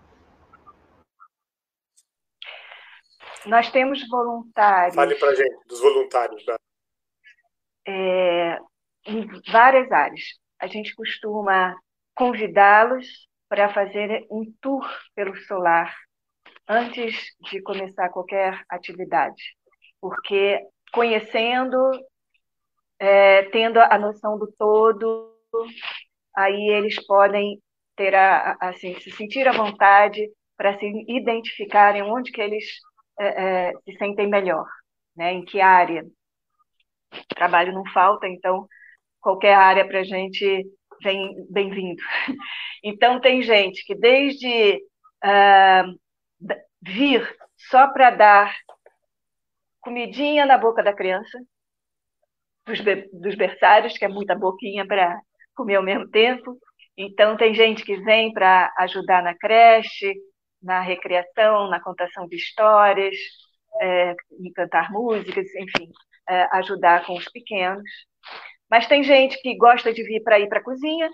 Nós temos voluntários... Fale para a gente dos voluntários. Tá? É, em várias áreas. A gente costuma convidá-los para fazer um tour pelo solar antes de começar qualquer atividade, porque conhecendo, é, tendo a noção do todo, aí eles podem ter a, assim, se sentir à vontade para se identificarem onde que eles é, é, se sentem melhor, né? Em que área. Trabalho não falta, então qualquer área para a gente vem bem-vindo. Então, tem gente que desde uh, vir só para dar comidinha na boca da criança, dos, dos berçários, que é muita boquinha para comer ao mesmo tempo. Então, tem gente que vem para ajudar na creche, na recreação, na contação de histórias, é, em cantar músicas, enfim, é, ajudar com os pequenos. Mas tem gente que gosta de vir para ir para a cozinha,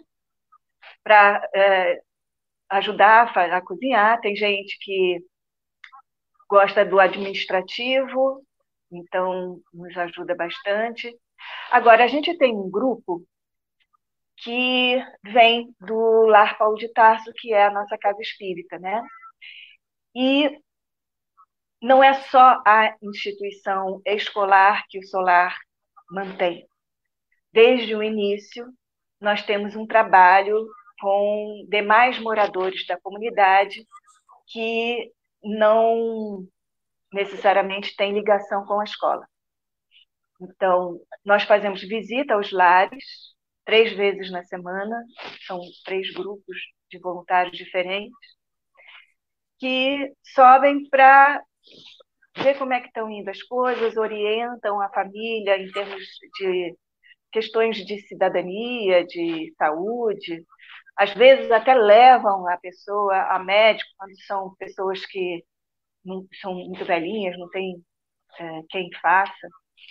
para é, ajudar a, a cozinhar. Tem gente que gosta do administrativo, então nos ajuda bastante. Agora, a gente tem um grupo que vem do Lar Paulo de Tarso, que é a nossa casa espírita, né? E não é só a instituição escolar que o Solar mantém. Desde o início, nós temos um trabalho com demais moradores da comunidade que não necessariamente têm ligação com a escola. Então, nós fazemos visita aos lares, três vezes na semana, são três grupos de voluntários diferentes, que sobem para ver como é que estão indo as coisas, orientam a família em termos de questões de cidadania, de saúde. Às vezes até levam a pessoa a médico, quando são pessoas que não, são muito velhinhas, não tem é, quem faça.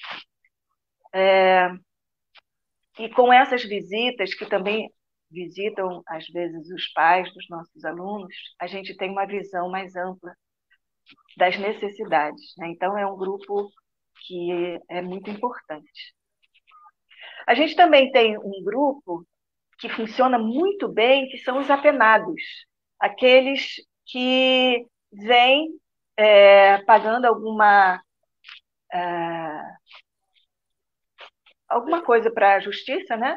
É, e com essas visitas, que também visitam, às vezes, os pais dos nossos alunos, a gente tem uma visão mais ampla das necessidades, né? Então, é um grupo que é muito importante. A gente também tem um grupo que funciona muito bem, que são os apenados, aqueles que vêm é, pagando alguma, é, alguma coisa para a justiça, né?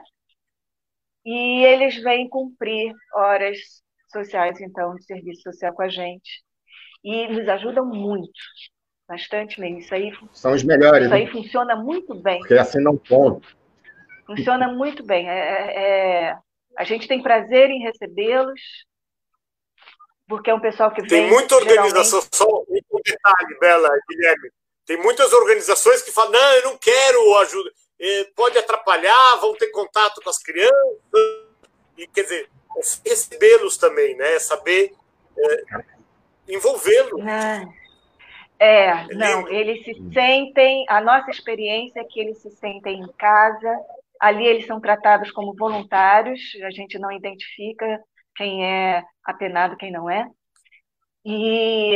E eles vêm cumprir horas sociais, então, de serviço social com a gente. E nos ajudam muito, bastante mesmo. Isso aí, São os melhores. Isso aí né? funciona muito bem. Porque assim não conta. Funciona muito bem. É, é, a gente tem prazer em recebê-los, porque é um pessoal que tem vem... Tem muita organização, geralmente... só um detalhe, Bela, Guilherme. Tem muitas organizações que falam, não, eu não quero ajuda, pode atrapalhar, vão ter contato com as crianças. E, quer dizer, é recebê-los também, né? Saber é, envolvê-los. É, é não, eles se sentem... A nossa experiência é que eles se sentem em casa. Ali eles são tratados como voluntários, a gente não identifica quem é apenado, quem não é. E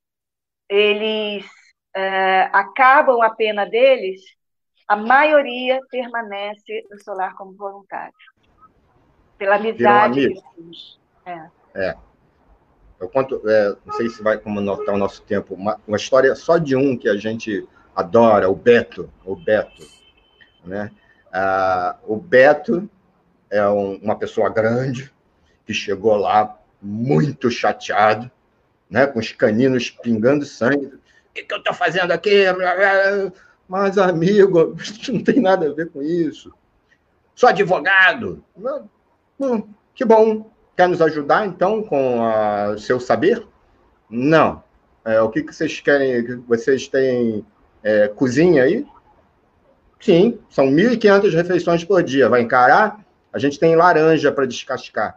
eles é, acabam a pena deles, a maioria permanece no Solar como voluntário. Pela amizade que temos. É. é. Eu conto, é, não sei se vai como notar o nosso tempo, uma, uma história só de um que a gente adora, o Beto, o Beto, né? Ah, o Beto é um, uma pessoa grande que chegou lá muito chateado, né, com os caninos pingando sangue. O que, que eu estou fazendo aqui? Mas, amigo, isso não tem nada a ver com isso. Sou advogado. Hum, que bom. Quer nos ajudar, então, com o seu saber? Não. É, o que, que vocês querem? Vocês têm é, cozinha aí? Sim, são mil e quinhentas refeições por dia. Vai encarar? A gente tem laranja para descascar.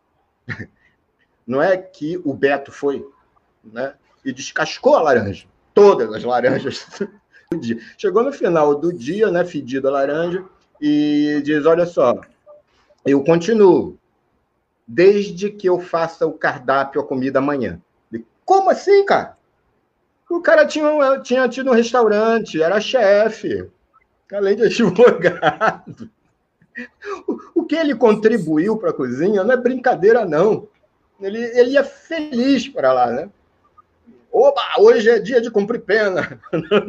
Não é que o Beto foi, né, e descascou a laranja. Todas as laranjas do dia. Chegou no final do dia, né, fedido a laranja, e diz, olha só, eu continuo, desde que eu faça o cardápio, a comida amanhã. E, como assim, cara? O cara tinha, tinha tido um restaurante, era chefe, além de advogado. O, o que ele contribuiu para a cozinha não é brincadeira, não. Ele, ele ia feliz para lá, né? Oba, hoje é dia de cumprir pena.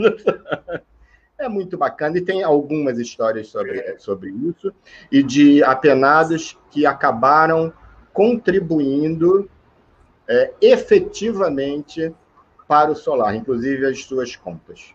É muito bacana. E tem algumas histórias sobre, sobre isso, e de apenados que acabaram contribuindo é, efetivamente para o Solar, inclusive as suas contas.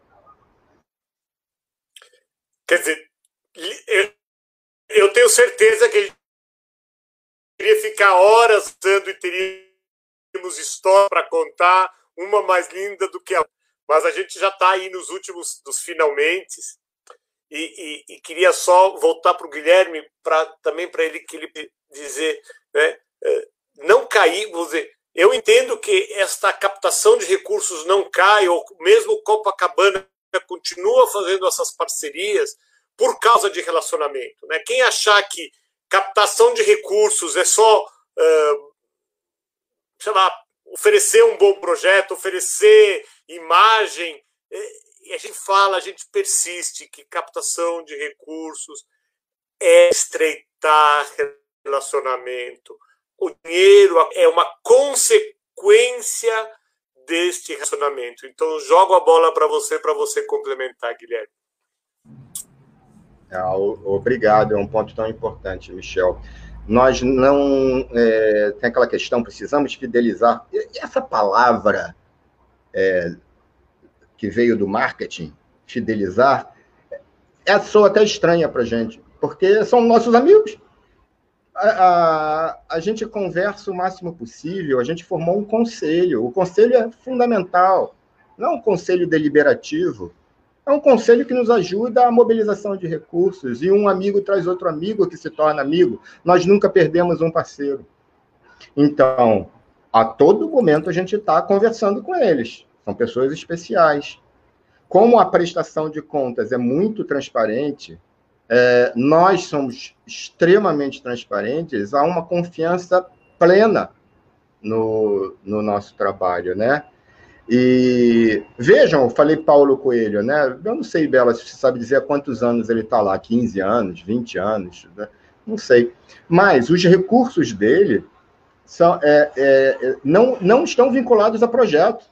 Quer dizer, eu, eu tenho certeza que ele queria ficar horas dando e teríamos história para contar, uma mais linda do que a outra. Mas a gente já está aí nos últimos dos finalmente. E, e, e queria só voltar para o Guilherme, pra, também para ele, que ele dizer, né, não cair, vou dizer, eu entendo que esta captação de recursos não cai, ou mesmo Copacabana continua fazendo essas parcerias por causa de relacionamento. Né? Quem achar que captação de recursos é só, uh, sei lá, oferecer um bom projeto, oferecer imagem, e a gente fala, a gente persiste que captação de recursos é estreitar relacionamento. O dinheiro é uma consequência deste relacionamento. Então, jogo a bola para você, para você complementar, Guilherme. Ah, obrigado, é um ponto tão importante, Michel. Nós não... É, tem aquela questão, precisamos fidelizar. E essa palavra é, que veio do marketing, fidelizar, é soa até estranha para a gente, porque são nossos amigos. A, a, a gente conversa o máximo possível, a gente formou um conselho. O conselho é fundamental, não é um conselho deliberativo, é um conselho que nos ajuda à mobilização de recursos, e um amigo traz outro amigo que se torna amigo. Nós nunca perdemos um parceiro. Então, a todo momento a gente está conversando com eles, são pessoas especiais. Como a prestação de contas é muito transparente, É, nós somos extremamente transparentes, há uma confiança plena no, no nosso trabalho, né? E vejam, eu falei Paulo Coelho, né? Eu não sei, Bela, se você sabe dizer há quantos anos ele está lá, quinze anos, vinte anos, né? Não sei. Mas os recursos dele são, é, é, não, não estão vinculados a projeto.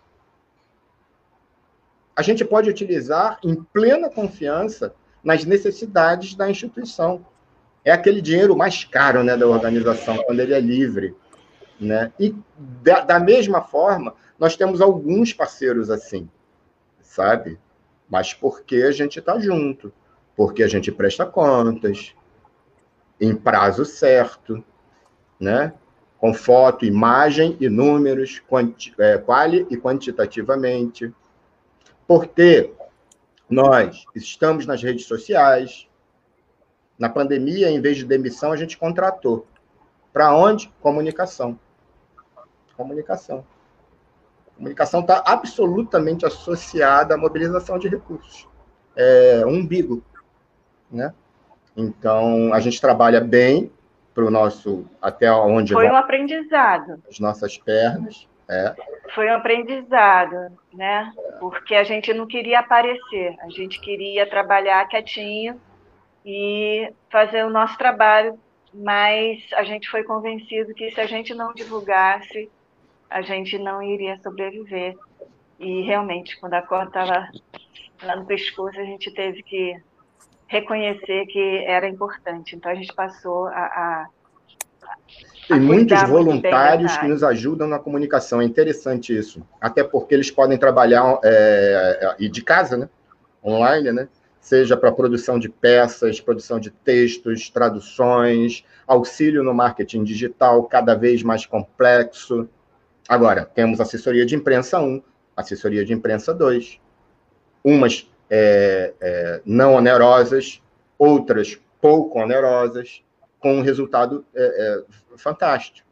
A gente pode utilizar em plena confiança nas necessidades da instituição. É aquele dinheiro mais caro, né, da organização, quando ele é livre, né? E, da, da mesma forma, nós temos alguns parceiros assim, sabe? Mas porque a gente está junto, porque a gente presta contas, em prazo certo, né? Com foto, imagem e números, quanti, é, quali e quantitativamente. Porque nós estamos nas redes sociais. Na pandemia, em vez de demissão, a gente contratou. Para onde? Comunicação. Comunicação. Comunicação está absolutamente associada à mobilização de recursos. É um umbigo, né? Então, a gente trabalha bem para o nosso... Até onde Foi vão um aprendizado. as nossas pernas. É. Foi um aprendizado, né? Porque a gente não queria aparecer, a gente queria trabalhar quietinho e fazer o nosso trabalho, mas a gente foi convencido que se a gente não divulgasse, a gente não iria sobreviver. E realmente, quando a corda estava lá no pescoço, a gente teve que reconhecer que era importante. Então a gente passou a, a Tem muitos voluntários muito que nos ajudam na comunicação, é interessante isso. Até porque eles podem trabalhar é, e de casa, né? Online, né? Seja para produção de peças, produção de textos, traduções, auxílio no marketing digital cada vez mais complexo. Agora, temos assessoria de imprensa um, assessoria de imprensa dois. Umas é, é, não onerosas, outras pouco onerosas, com um resultado é, é, fantástico.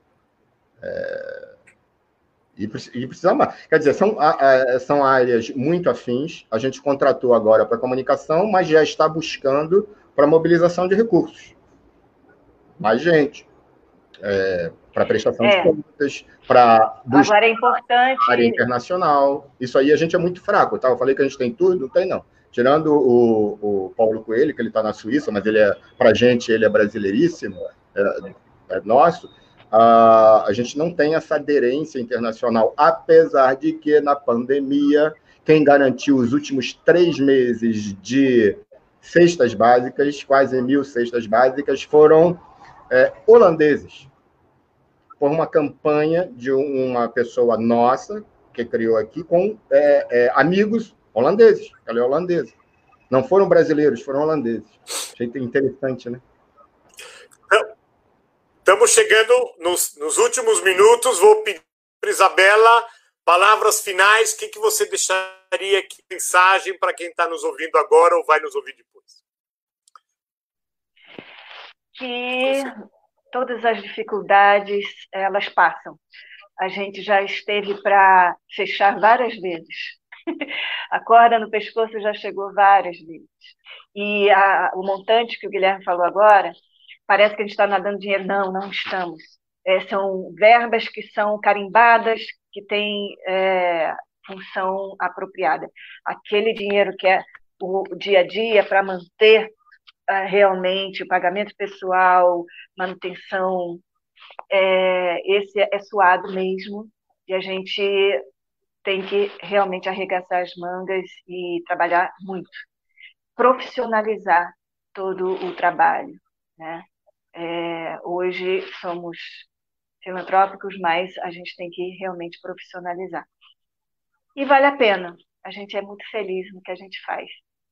É, e, e precisa mais. Quer dizer, são, a, a, são áreas muito afins. A gente contratou agora para comunicação, mas já está buscando para mobilização de recursos. Mais gente. É, para prestação é. de contas, para buscar agora é importante... área internacional. Isso aí a gente é muito fraco, tá? Eu falei que a gente tem tudo, não tem não. Tirando o, o Paulo Coelho, que ele está na Suíça, mas ele é, para a gente, ele é brasileiríssimo, é, é nosso, uh, a gente não tem essa aderência internacional, apesar de que, na pandemia, quem garantiu os últimos três meses de cestas básicas, quase mil cestas básicas, foram é, holandeses. Por uma campanha de uma pessoa nossa, que criou aqui, com é, é, amigos holandeses, ela é holandesa. Não foram brasileiros, foram holandeses. Achei interessante, né? Estamos chegando nos, nos últimos minutos. Vou pedir para Isabela palavras finais. O que, que você deixaria aqui, mensagem para quem está nos ouvindo agora ou vai nos ouvir depois? Que todas as dificuldades, elas passam. A gente já esteve para fechar várias vezes. A corda no pescoço já chegou várias vezes. E a, o montante que o Guilherme falou agora, parece que a gente está nadando dinheiro. Não, não estamos. É, são verbas que são carimbadas, que tem é, função apropriada. Aquele dinheiro que é o dia a dia para manter é, realmente o pagamento pessoal, manutenção, é, esse é suado mesmo, e a gente tem que realmente arregaçar as mangas e trabalhar muito, profissionalizar todo o trabalho, né? É, hoje somos filantrópicos, mas a gente tem que realmente profissionalizar. E vale a pena. A gente é muito feliz no que a gente faz.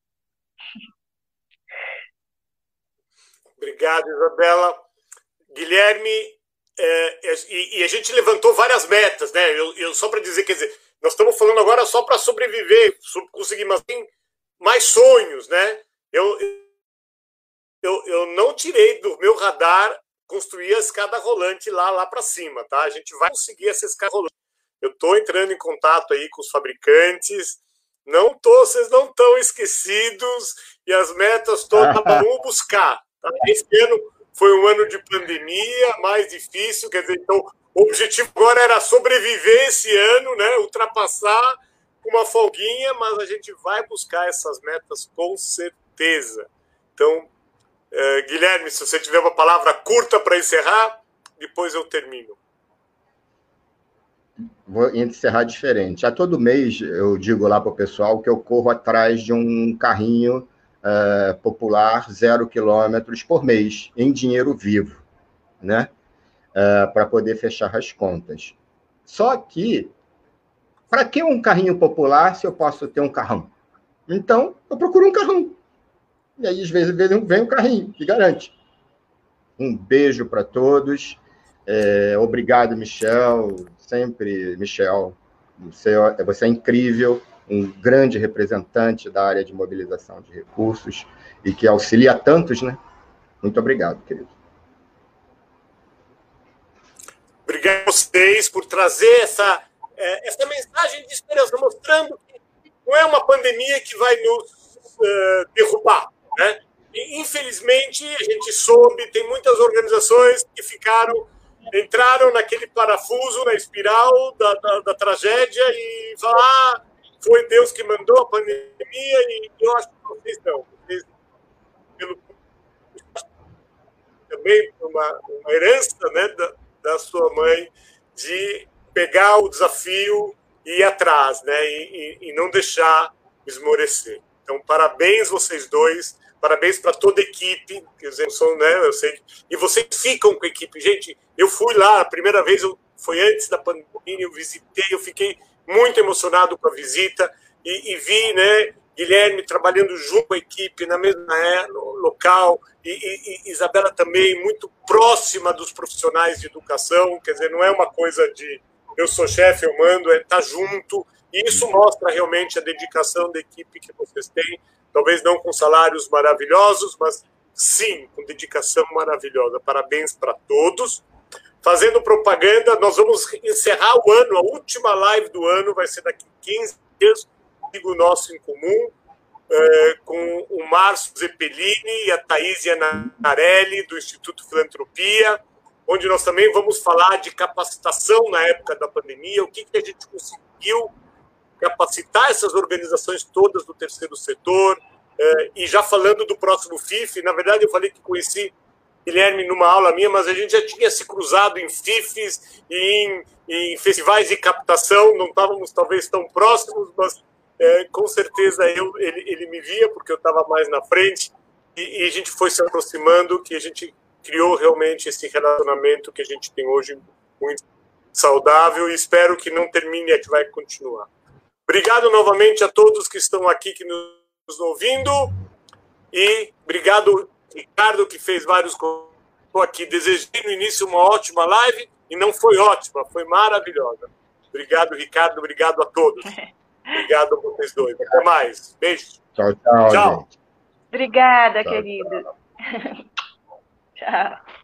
Obrigado, Isabela. Guilherme, é, e, e a gente levantou várias metas, né? Eu, eu só para dizer, quer dizer, nós estamos falando agora só para sobreviver, conseguir mais, mais sonhos, né? Eu, eu, eu não tirei do meu radar construir a escada rolante lá, lá para cima, tá? A gente vai conseguir essa escada rolante. Eu estou entrando em contato aí com os fabricantes, não tô, vocês não estão esquecidos, e as metas todas vamos buscar. Tá? Esse ano foi um ano de pandemia, mais difícil, quer dizer, então o objetivo agora era sobreviver esse ano, né? Ultrapassar com uma folguinha, mas a gente vai buscar essas metas com certeza. Então, uh, Guilherme, se você tiver uma palavra curta para encerrar, depois eu termino. Vou encerrar diferente. A todo mês eu digo lá para o pessoal que eu corro atrás de um carrinho uh, popular zero quilômetros por mês, em dinheiro vivo, né? Uh, para poder fechar as contas. Só que, para que um carrinho popular se eu posso ter um carrão? Então, eu procuro um carrão. E aí, às vezes, vem um carrinho, que garante. Um beijo para todos. É, obrigado, Michel. Sempre, Michel, você, você é incrível, um grande representante da área de mobilização de recursos e que auxilia tantos, né? Muito obrigado, querido. Obrigado a vocês por trazer essa, essa mensagem de esperança, mostrando que não é uma pandemia que vai nos uh, derrubar, né? E, infelizmente, a gente soube, tem muitas organizações que ficaram, entraram naquele parafuso, na espiral da, da, da tragédia e falaram, ah, foi Deus que mandou a pandemia, e eu acho que vocês não. Vocês, pelo, também uma, uma herança, né, da, da sua mãe, de pegar o desafio e ir atrás, né, e, e, e não deixar esmorecer. Então, parabéns vocês dois, parabéns para toda a equipe, quer dizer, são, né, eu sei, e vocês ficam com a equipe. Gente, eu fui lá, a primeira vez eu, foi antes da pandemia, eu visitei, eu fiquei muito emocionado com a visita, e, e vi, né, Guilherme trabalhando junto com a equipe, na mesma é, no local, e, e, e Isabela também muito próxima dos profissionais de educação, quer dizer, não é uma coisa de eu sou chefe, eu mando, é estar junto, e isso mostra realmente a dedicação da equipe que vocês têm, talvez não com salários maravilhosos, mas sim, com dedicação maravilhosa. Parabéns para todos. Fazendo propaganda, nós vamos encerrar o ano, a última live do ano vai ser daqui a quinze dias, amigo nosso em comum, é, com o Márcio Zeppelini e a Thaís Iannarelli, do Instituto Filantropia, onde nós também vamos falar de capacitação na época da pandemia, o que, que a gente conseguiu capacitar essas organizações todas do terceiro setor, é, e já falando do próximo F I F, na verdade eu falei que conheci Guilherme numa aula minha, mas a gente já tinha se cruzado em F I Fs e em, em festivais de captação, não estávamos talvez tão próximos, mas é, com certeza eu, ele, ele me via, porque eu estava mais na frente, e, e a gente foi se aproximando, que a gente criou realmente esse relacionamento que a gente tem hoje muito saudável, e espero que não termine, a que vai continuar. Obrigado novamente a todos que estão aqui, que nos ouvindo, e obrigado, Ricardo, que fez vários... Estou aqui, desejei no início uma ótima live, e não foi ótima, foi maravilhosa. Obrigado, Ricardo, obrigado a todos. Obrigado a vocês dois. Até mais. Beijo. Tchau, tchau, tchau. Gente. Obrigada, tchau, querido. Tchau. Tchau.